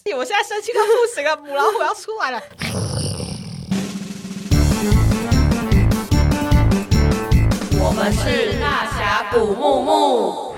气，我现在生气到不行了，母老虎要出来了。 我们是大峡谷木木。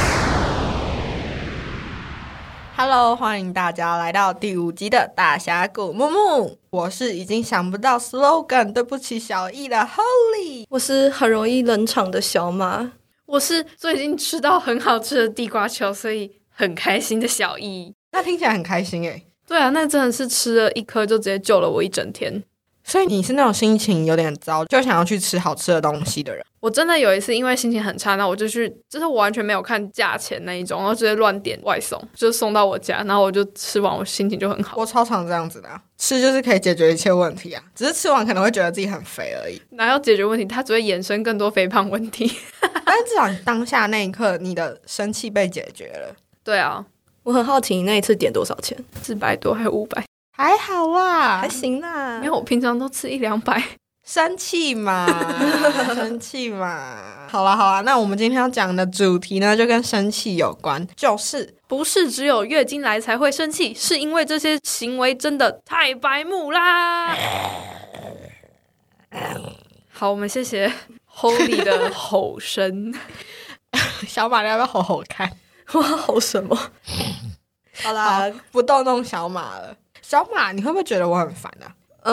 Hello， 欢迎大家来到第5集的大峡谷木木。我是已经想不到 slogan 对不起小易的 Holy， 我是很容易冷场的小马， 我是最近吃到很好吃的地瓜球，所以很开心的小易。 那听起来很开心耶。 对啊，那真的是吃了一颗就直接救了我一整天。 所以你是那种心情有点糟就想要去吃好吃的东西的人？ 我真的有一次因为心情很差，那我就去，就是我完全没有看价钱那一种，然后直接乱点外送，就送到我家，然后我就吃完，我心情就很好。 我超常这样子的吃就是可以解决一切问题啊，只是吃完可能会觉得自己很肥而已。 哪有解决问题，它只会衍生更多肥胖问题。 但是至少你当下那一刻你的生气被解决了。 对啊， 我很好奇你那一次点多少钱 ？400多还是500？ 还好啦， 还行啦。 没有，我平常都吃100-200。 生气嘛生气嘛。好啦，那我们今天要讲的主题呢就跟生气有关，就是不是只有月经来才会生气，是因为这些行为真的太白目啦。好，我们谢谢 Holy 的吼声。 小马你要不要吼吼看？ 我要吼什么？好啦， 不逗弄小马了。小马你会不会觉得我很烦啊？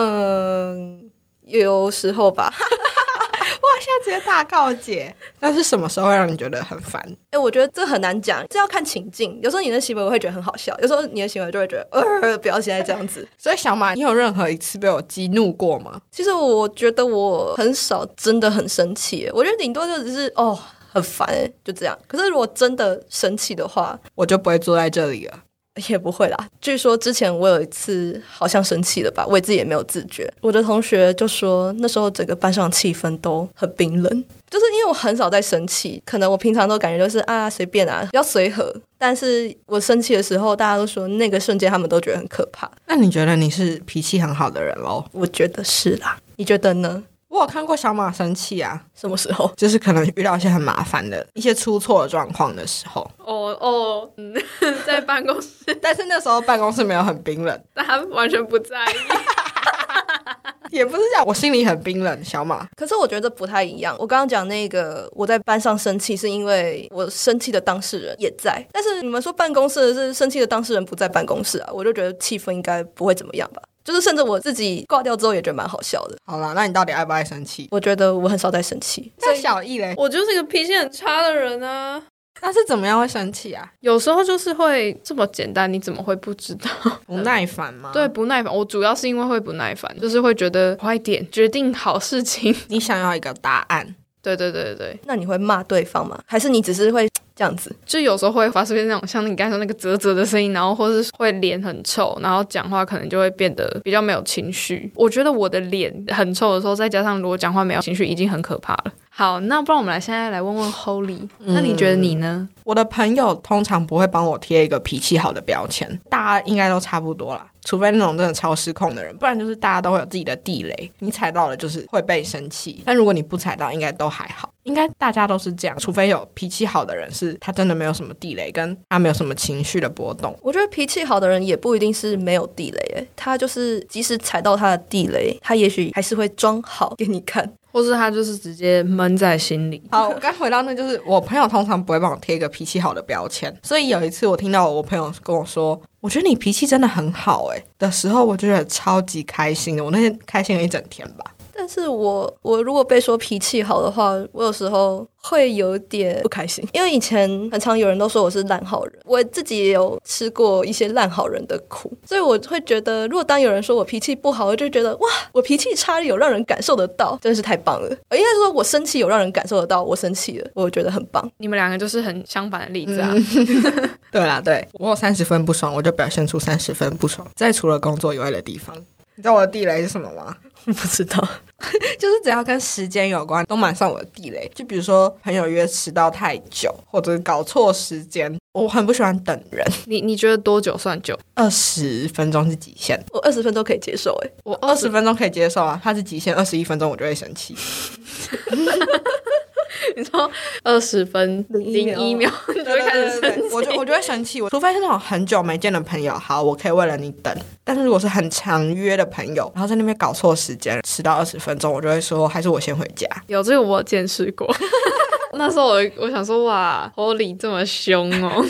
有时候吧。 哇，现在直接大告解。那是什么时候会让你觉得很烦？ 我觉得这很难讲，这要看情境。有时候你的行为我会觉得很好笑，有时候你的行为就会觉得不要现在这样子。 所以小马你有任何一次被我激怒过吗？ 其实我觉得我很少真的很生气，我觉得顶多就只是很烦就这样。可是如果真的生气的话， 我就不会坐在这里了。 也不会啦，据说之前我有一次好像生气了吧，我自己也没有自觉。我的同学就说那时候整个班上气氛都很冰冷，就是因为我很少在生气，可能我平常都感觉就是随便比较随和，但是我生气的时候大家都说那个瞬间他们都觉得很可怕。 那你觉得你是脾气很好的人咯？ 我觉得是啦，你觉得呢？ 我有看过小马生气啊。 什么时候？ 就是可能遇到一些很麻烦的一些出错的状况的时候。 在办公室。 但是那时候办公室没有很冰冷， 他完全不在意。 也不是这样，我心里很冰冷。小马， 可是我觉得不太一样。我刚刚讲那个我在班上生气是因为我生气的当事人也在，但是你们说办公室的是生气的当事人不在办公室啊，我就觉得气氛应该不会怎么样吧。就是甚至我自己挂掉之后也觉得蛮好笑的。 好啦，那你到底爱不爱生气？ 我觉得我很少在生气。 那小易嘞？ 我就是一个脾气很差的人啊。 那是怎么样会生气啊？ 有时候就是会这么简单，你怎么会不知道？ 不耐烦吗？ 对，不耐烦。我主要是因为会不耐烦，就是会觉得快点决定好事情。 你想要一个答案。 对。 那你会骂对方吗？还是你只是会这样子？ 就有时候会发出那种像你刚才说那个啧啧的声音，然后或是会脸很臭，然后讲话可能就会变得比较没有情绪。我觉得我的脸很臭的时候，再加上如果讲话没有情绪，已经很可怕了。好，那不然我们现在来问问 Holy，那你觉得你呢？ 我的朋友通常不会帮我贴一个脾气好的标签，大家应该都差不多啦，除非那种真的超失控的人，不然就是大家都会有自己的地雷，你踩到了就是会被生气，但如果你不踩到应该都还好，应该大家都是这样，除非有脾气好的人是他真的没有什么地雷，跟他没有什么情绪的波动。 我觉得脾气好的人也不一定是没有地雷他就是即使踩到他的地雷，他也许还是会装好给你看， 或是他就是直接闷在心里。 好，我刚回到那就是我朋友通常不会帮我贴一个脾气好的标签，所以有一次我听到我朋友跟我说我觉得你脾气真的很好的时候，我就觉得超级开心的，我那天开心了一整天吧。 但是我如果被说脾气好的话，我有时候会有点不开心，因为以前很常有人都说我是烂好人，我自己也有吃过一些烂好人的苦，所以我会觉得如果当有人说我脾气不好，我就觉得哇，我脾气差有让人感受得到，真的是太棒了。应该说我生气有让人感受得到我生气了，我觉得很棒。 你们两个就是很相反的例子啊。 对啦，对，我有30分不爽，我就表现出30分不爽，在除了工作以外的地方。你知道我的地雷是什么吗？ 不知道。 就是只要跟时间有关都蛮上我的地雷，就比如说朋友约迟到太久，或者搞错时间，我很不喜欢等人。 你觉得多久算久 ？20分钟是极限。 我20分钟可以接受我20分钟可以接受啊，他是极限21分钟我就会生气。 你说20分01秒，你就会开始生气。 我就会生气，除非是那种很久没见的朋友，好，我可以为了你等。但是如果是很常约的朋友，然后在那边搞错时间，迟到20分钟，我就会说还是我先回家。 有这个我有见识过。那时候我想说，哇，Holly 这么凶哦。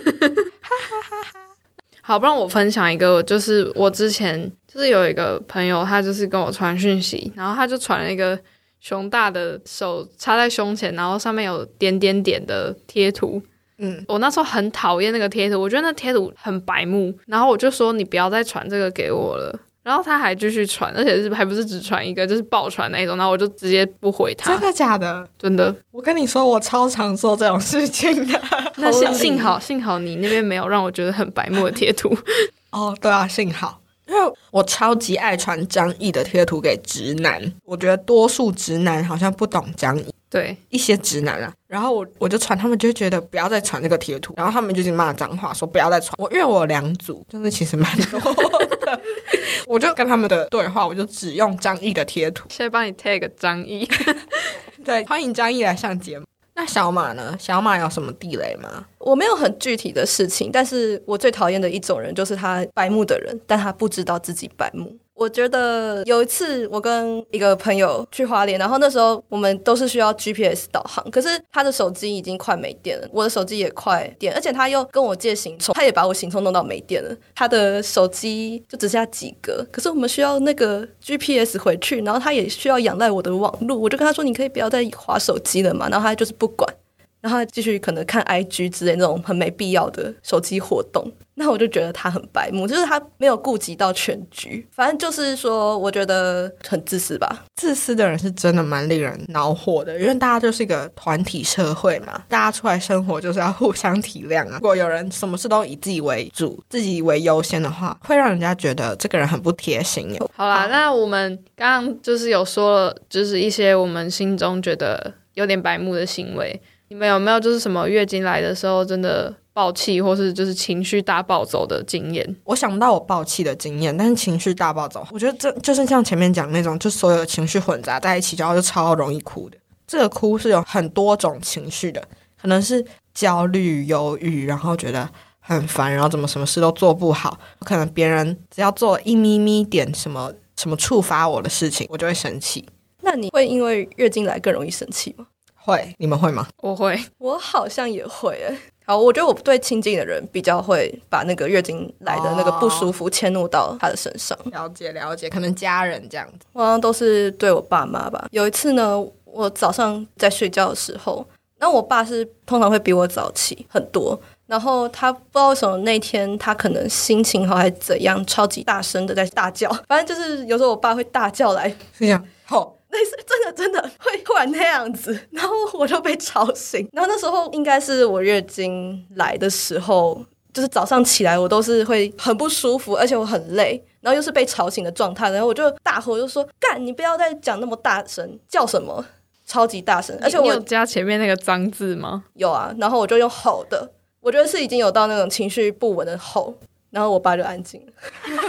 好，不然我分享一个，就是我之前就是有一个朋友，他就是跟我传讯息，然后他就传了一个熊大的手插在胸前，然后上面有点点点的贴图。我那时候很讨厌那个贴图，我觉得那贴图很白目，然后我就说你不要再传这个给我了。然后他还继续传，而且还不是只传一个，就是爆传那一种，然后我就直接不回他。 真的假的？ 真的。 我跟你说，我超常做这种事情的。 那幸好你那边没有让我觉得很白目的贴图。 哦，对啊，幸好。因为我超级爱传张译的贴图给直男，我觉得多数直男好像不懂张译， 对一些直男啊，然后我就传，他们就会觉得不要再传这个贴图，然后他们就骂脏话，说不要再传。因为我有2组，就是其实蛮多的，我就跟他们的对话，我就只用张译的贴图。 现在帮你 tag 张译， 对，欢迎张译来上节目。那小马呢？小马有什么地雷吗？ 我没有很具体的事情，但是我最讨厌的一种人就是他白目的人，但他不知道自己白目。我觉得有一次我跟一个朋友去花莲，然后那时候我们都是需要 GPS 导航，可是他的手机已经快没电了，我的手机也快电，而且他又跟我借行充，他也把我行充弄到没电了，他的手机就只剩下几格，可是我们需要那个 GPS 回去，然后他也需要仰赖我的网路，我就跟他说你可以不要再滑手机了嘛，然后他就是不管，然后他继续可能看 IG 之类那种很没必要的手机活动，那我就觉得他很白目，就是他没有顾及到全局，反正就是说我觉得很自私吧。 自私的人是真的蛮令人恼火的，因为大家就是一个团体社会嘛，大家出来生活就是要互相体谅啊。如果有人什么事都以自己为主，自己为优先的话，会让人家觉得这个人很不贴心耶。 好啦，那我们刚刚就是有说了，就是一些我们心中觉得有点白目的行为，你们有没有就是什么月经来的时候真的爆气，或是就是情绪大暴走的经验？ 我想不到我爆气的经验，但是情绪大暴走，我觉得这就是像前面讲那种，就所有的情绪混杂在一起，然后就超容易哭的。这个哭是有很多种情绪的，可能是焦虑、忧郁，然后觉得很烦，然后怎么什么事都做不好，可能别人只要做一咪咪点什么触发我的事情，我就会生气。 那你会因为月经来更容易生气吗？ 会，你们会吗？ 我会， 我好像也会耶。好，我觉得我对亲近的人比较会把那个月经来的那个不舒服迁怒到他的身上。 了解，可能家人这样子。 我好像都是对我爸妈吧。有一次呢，我早上在睡觉的时候，然后我爸是通常会比我早起很多，然后他不知道为什么那天他可能心情好还是怎样，超级大声的在大叫，反正就是有时候我爸会大叫来， 是这样，吼。 类似真的会突然那样子，然后我就被吵醒。然后那时候应该是我月经来的时候，就是早上起来我都是会很不舒服，而且我很累，然后又是被吵醒的状态，然后我就大吼，就说干，你不要再讲那么大声，叫什么？超级大声，而且你有加前面那个脏字吗？ 有啊，然后我就用吼的，我觉得是已经有到那种情绪不稳的吼，然后我爸就安静了。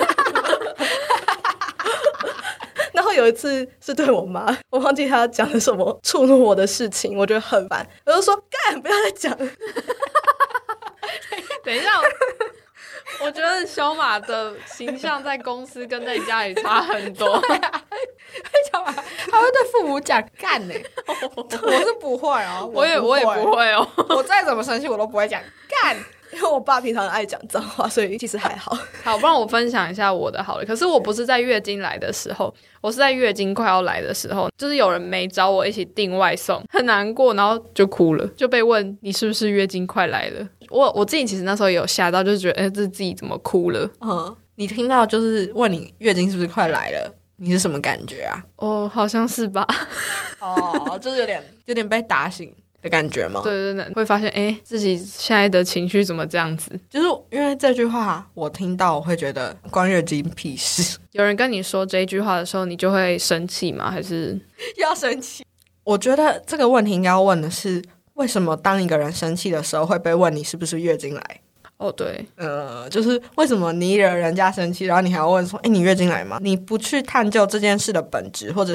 然后有一次是对我妈，我忘记她讲了什么触怒我的事情，我觉得很烦，我就说干，不要再讲了。 等一下，我觉得小马的形象在公司跟在家里差很多。 小马他会对父母讲干呢，我是不会哦， 我也不会哦， 我再怎么生气我都不会讲干。 因为我爸平常爱讲脏话，所以其实还好。 好，不然我分享一下我的好了。可是我不是在月经来的时候，我是在月经快要来的时候，就是有人没找我一起订外送，很难过，然后就哭了，就被问你是不是月经快来了。我自己其实那时候也有吓到，就是觉得这自己怎么哭了。 你听到就是问你月经是不是快来了，你是什么感觉啊？ 哦，好像是吧。 就是有点被打醒的感觉吗？ 对，会发现自己现在的情绪怎么这样子？ 就是因为这句话我听到我会觉得关月经屁事。 有人跟你说这一句话的时候，你就会生气吗？还是要生气？我觉得这个问题应该要问的是，为什么当一个人生气的时候会被问你是不是月经来？ 哦，对， 就是为什么你惹人家生气，然后你还要问说，你月经来吗？你不去探究这件事的本质，或者是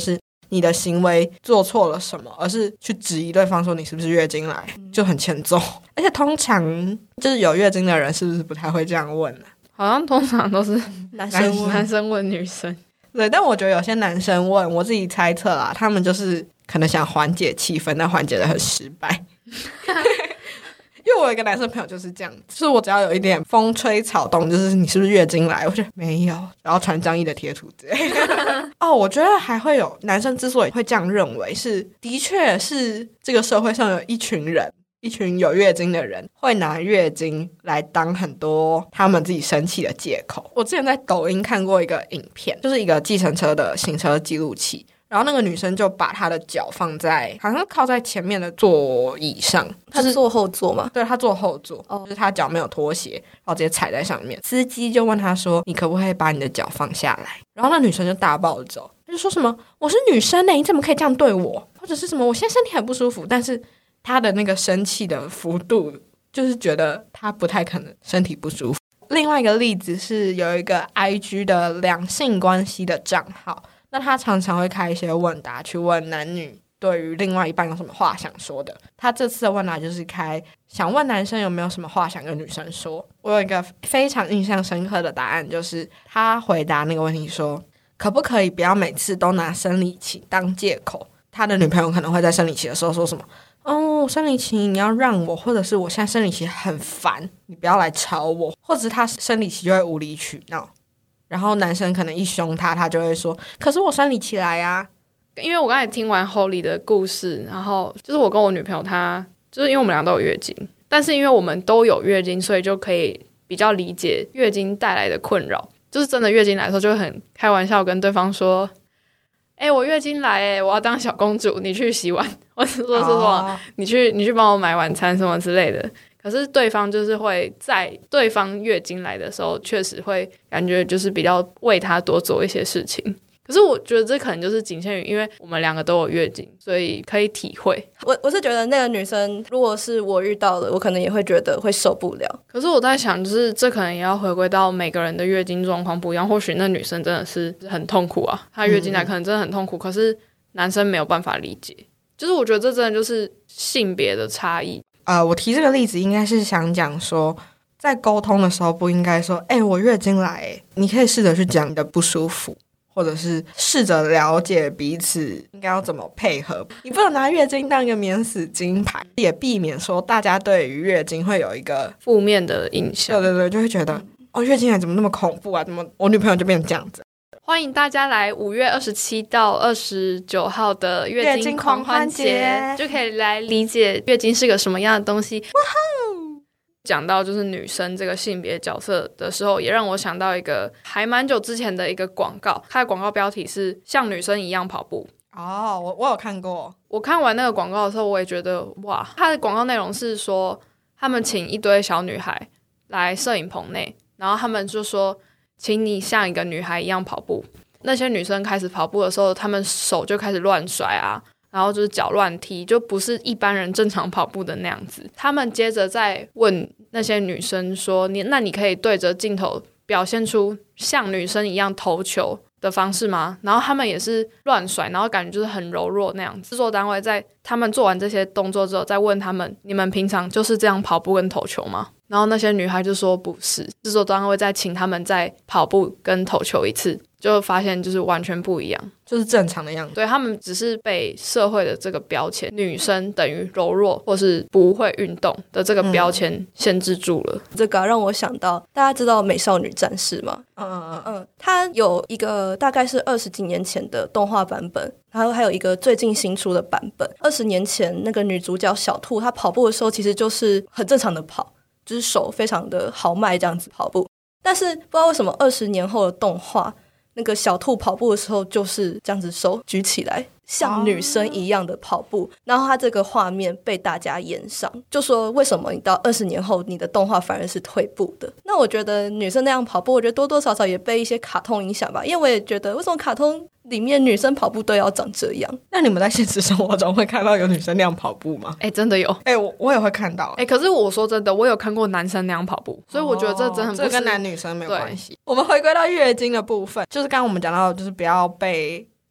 你的行为做错了什么，而是去质疑对方说你是不是月经来，就很欠揍。而且通常就是有月经的人是不是不太会这样问呢？ 好像通常都是男生问女生。 对，但我觉得有些男生问，我自己猜测啦，他们就是可能想缓解气氛，但缓解的很失败。因为我有一个男生朋友就是这样，就是我只要有一点风吹草动，就是你是不是月经来，我觉得没有，然后传张毅的贴图之类的。哦，我觉得还会有男生之所以会这样认为是，的确是这个社会上有一群人，一群有月经的人会拿月经来当很多他们自己生气的借口。我之前在抖音看过一个影片，就是一个计程车的行车记录器，然后那个女生就把她的脚放在好像靠在前面的座椅上， 她是坐后座吗？ 对，她坐后座，就是她脚没有脱鞋，然后直接踩在上面。司机就问她说：“你可不可以把你的脚放下来？”然后那女生就大暴走，她就说什么：“我是女生欸，你怎么可以这样对我？”或者是什么：“我现在身体很不舒服。”但是她的那个生气的幅度，就是觉得她不太可能身体不舒服。另外一个例子是有一个 IG 的两性关系的账号。那他常常会开一些问答，去问男女对于另外一半有什么话想说的。他这次的问答就是想问男生有没有什么话想跟女生说。我有一个非常印象深刻的答案，就是他回答那个问题说，可不可以不要每次都拿生理期当借口。他的女朋友可能会在生理期的时候说什么，哦，生理期你要让我，或者是我现在生理期很烦，你不要来吵我，或者是他生理期就会无理取闹，然后男生可能一凶他，他就会说，可是我生理期来啊。 因为我刚才听完 Holly 的故事，然后就是我跟我女朋友她就是因为我们俩都有月经，但是因为我们都有月经，所以就可以比较理解月经带来的困扰。就是真的月经来的时候就会很开玩笑跟对方说，我月经来我要当小公主，你去洗碗，或者说什么你去帮我买晚餐什么之类的。可是对方就是会在对方月经来的时候，确实会感觉就是比较为他多做一些事情。可是我觉得这可能就是仅限于因为我们两个都有月经，所以可以体会。 我是觉得那个女生如果是我遇到的，我可能也会觉得会受不了。 可是我在想，就是这可能也要回归到每个人的月经状况不一样，或许那女生真的是很痛苦啊，她月经来可能真的很痛苦，可是男生没有办法理解。就是我觉得这真的就是性别的差异。 我提这个例子应该是想讲说，在沟通的时候不应该说我月经来你可以试着去讲你的不舒服，或者是试着了解彼此应该要怎么配合。你不能拿月经当一个免死金牌，也避免说大家对于月经会有一个负面的印象。 对对对，就会觉得月经来怎么那么恐怖啊，怎么我女朋友就变成这样子。 欢迎大家来5月27到29号的月经狂欢节，就可以来理解月经是个什么样的东西。讲到就是女生这个性别角色的时候，也让我想到一个还蛮久之前的一个广告，它的广告标题是像女生一样跑步。 我有看过。我看完那个广告的时候，我也觉得哇，它的广告内容是说他们请一堆小女孩来摄影棚内，然后他们就说请你像一个女孩一样跑步。那些女生开始跑步的时候，她们手就开始乱甩啊，然后就是脚乱踢，就不是一般人正常跑步的那样子。他们接着再问那些女生说，那你可以对着镜头表现出像女生一样投球的方式吗？然后他们也是乱甩，然后感觉就是很柔弱那样子。制作单位在他们做完这些动作之后，再问他们，你们平常就是这样跑步跟投球吗？然后那些女孩就说不是。制作单位再请他们再跑步跟投球一次，就发现就是完全不一样， 就是正常的样子。 对，他们只是被社会的这个标签，女生等于柔弱或是不会运动的这个标签限制住了。 这个让我想到，大家知道美少女战士吗？它有一个大概是20几年前的动画版本，然后还有一个最近新出的版本。20年前那个女主角小兔，她跑步的时候其实就是很正常的跑，就是手非常的豪迈这样子跑步。但是不知道为什么20年后的动画，那个小兔跑步的时候就是这样子手举起来，像女生一样的跑步，然后他这个画面被大家炎上，就说为什么你到20年后你的动画反而是退步的。那我觉得女生那样跑步，我觉得多多少少也被一些卡通影响吧，因为我也觉得为什么卡通里面女生跑步都要长这样。 那你们在现实生活中会看到有女生那样跑步吗？ 真的有。 我也会看到。 可是我说真的，我有看过男生那样跑步，所以我觉得这真的不是， 这跟男女生没有关系。我们回归到月经的部分，就是刚刚我们讲到就是不要被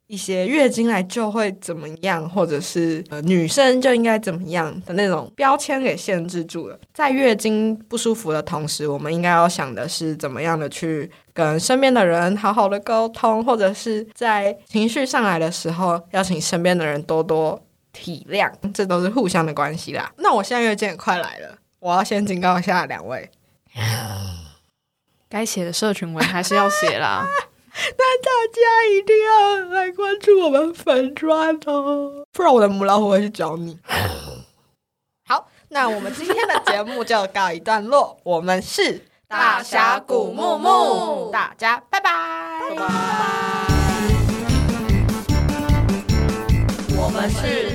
一些月经来就会怎么样，或者是女生就应该怎么样的那种标签给限制住了。在月经不舒服的同时，我们应该要想的是怎么样的去跟身边的人好好的沟通，或者是在情绪上来的时候要请身边的人多多体谅，这都是互相的关系啦。那我现在月经也快来了，我要先警告一下两位， 该写的社群文还是要写啦。 那大家一定要来关注我们粉专哦，不然我的母老虎会去找你。好，那我们今天的节目就告一段落，我们是大峡谷木木， 大家拜拜， 我们是